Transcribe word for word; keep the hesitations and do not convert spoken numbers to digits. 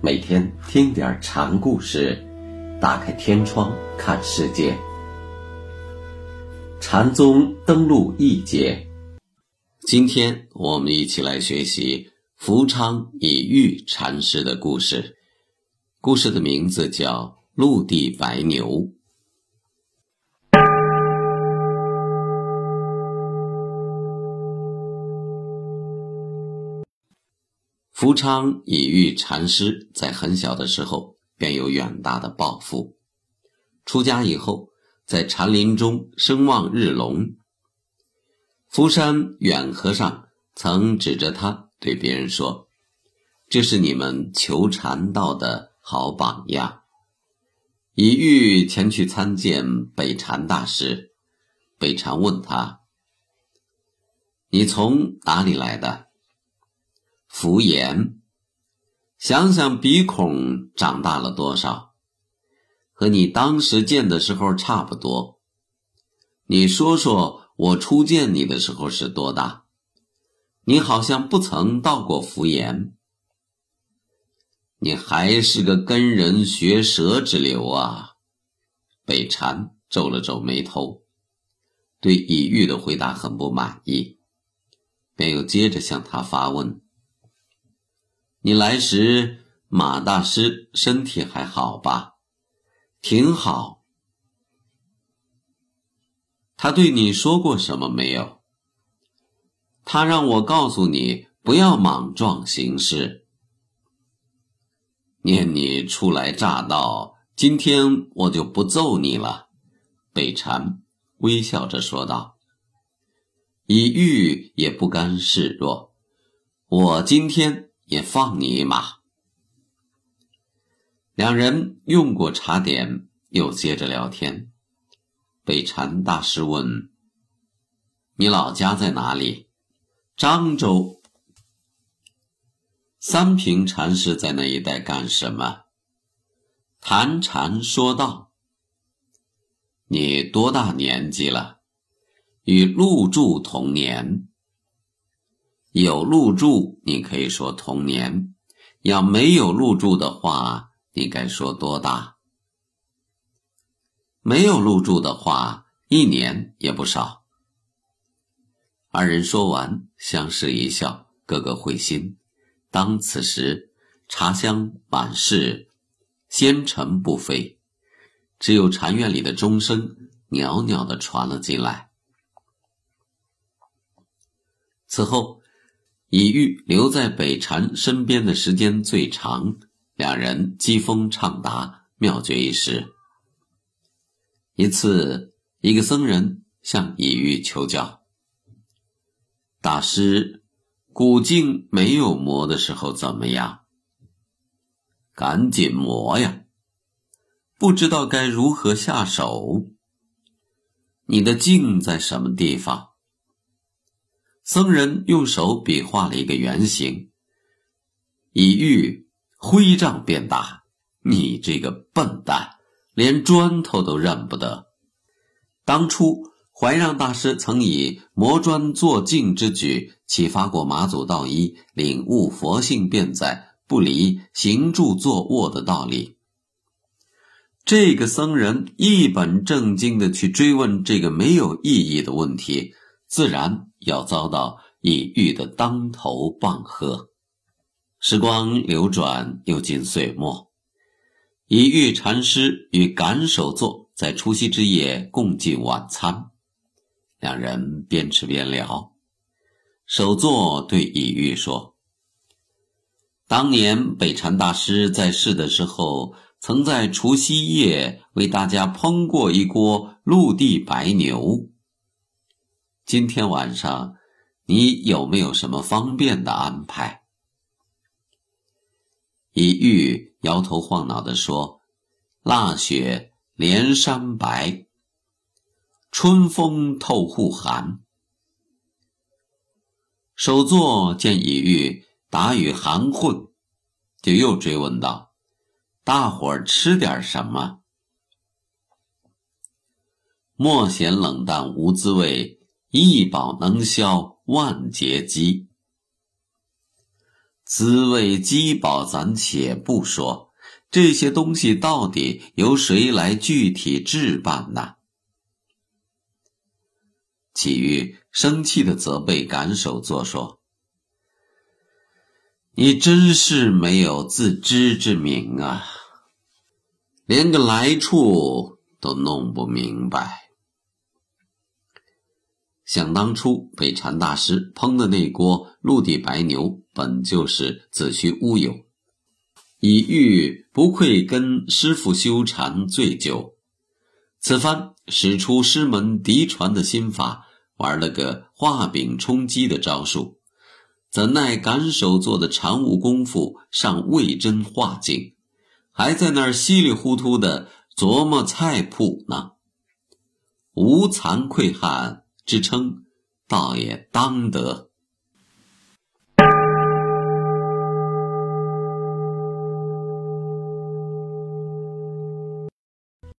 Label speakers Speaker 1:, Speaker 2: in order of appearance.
Speaker 1: 每天听点禅故事，打开天窗看世界。禅宗登陆一节，今天我们一起来学习福昌以玉禅师的故事。故事的名字叫陆地白牛。福昌以玉禅师在很小的时候便有远大的抱负，出家以后在禅林中声望日隆。福山远和尚曾指着他对别人说，这是你们求禅道的好榜样。以玉前去参见北禅大师，北禅问他，你从哪里来的？福岩。想想鼻孔长大了多少，和你当时见的时候差不多。你说说我初见你的时候是多大？你好像不曾到过福岩。你还是个跟人学舌之流啊。北禅皱了皱眉头，对以玉的回答很不满意，便又接着向他发问，你来时马大师身体还好吧？挺好。他对你说过什么没有？他让我告诉你不要莽撞行事。念你初来乍到，今天我就不揍你了。北禅微笑着说道。以玉也不甘示弱，我今天也放你一马。两人用过茶点，又接着聊天。北禅大师问，你老家在哪里？漳州。三平禅师在那一带干什么？谈禅说道，你多大年纪了？与陆柱同年。有入住你可以说同年，要没有入住的话你该说多大？没有入住的话一年也不少。二人说完相视一笑，个个会心。当此时茶香满室，仙尘不飞，只有禅院里的钟声袅袅地传了进来。此后以玉留在北禅身边的时间最长，两人机锋畅达，妙绝一时。一次，一个僧人向以玉求教，大师，古镜没有磨的时候怎么样？赶紧磨呀！不知道该如何下手。你的镜在什么地方？僧人用手比划了一个圆形，以玉挥杖便打，你这个笨蛋，连砖头都认不得。当初怀让大师曾以磨砖做镜之举启发过马祖道一，领悟佛性便在，不离行住坐卧的道理。这个僧人一本正经地去追问这个没有意义的问题，自然要遭到以玉的当头棒喝。时光流转，又进岁末，以玉禅师与赶首座在除夕之夜共进晚餐，两人边吃边聊。首座对以玉说，当年北禅大师在世的时候，曾在除夕夜为大家烹过一锅陆地白牛。今天晚上你有没有什么方便的安排？以玉摇头晃脑地说，腊雪连山白，春风透户寒。首座见以玉答语含混，就又追问道，大伙儿吃点什么？莫嫌冷淡无滋味，一饱能消万劫饥。 滋味饥饱咱且不说，这些东西到底由谁来具体置办呢？祁煜生气地责备赶手作说：你真是没有自知之明啊，连个来处都弄不明白。想当初北禅大师烹的那锅陆地白牛本就是子虚乌有，以欲不愧跟师父修禅最久，此番使出师门嫡传的心法，玩了个画饼充饥的招数，怎奈赶手做的禅悟功夫尚未臻化境，还在那儿稀里糊涂的琢磨菜谱呢。无惭愧汉之称，倒也当得。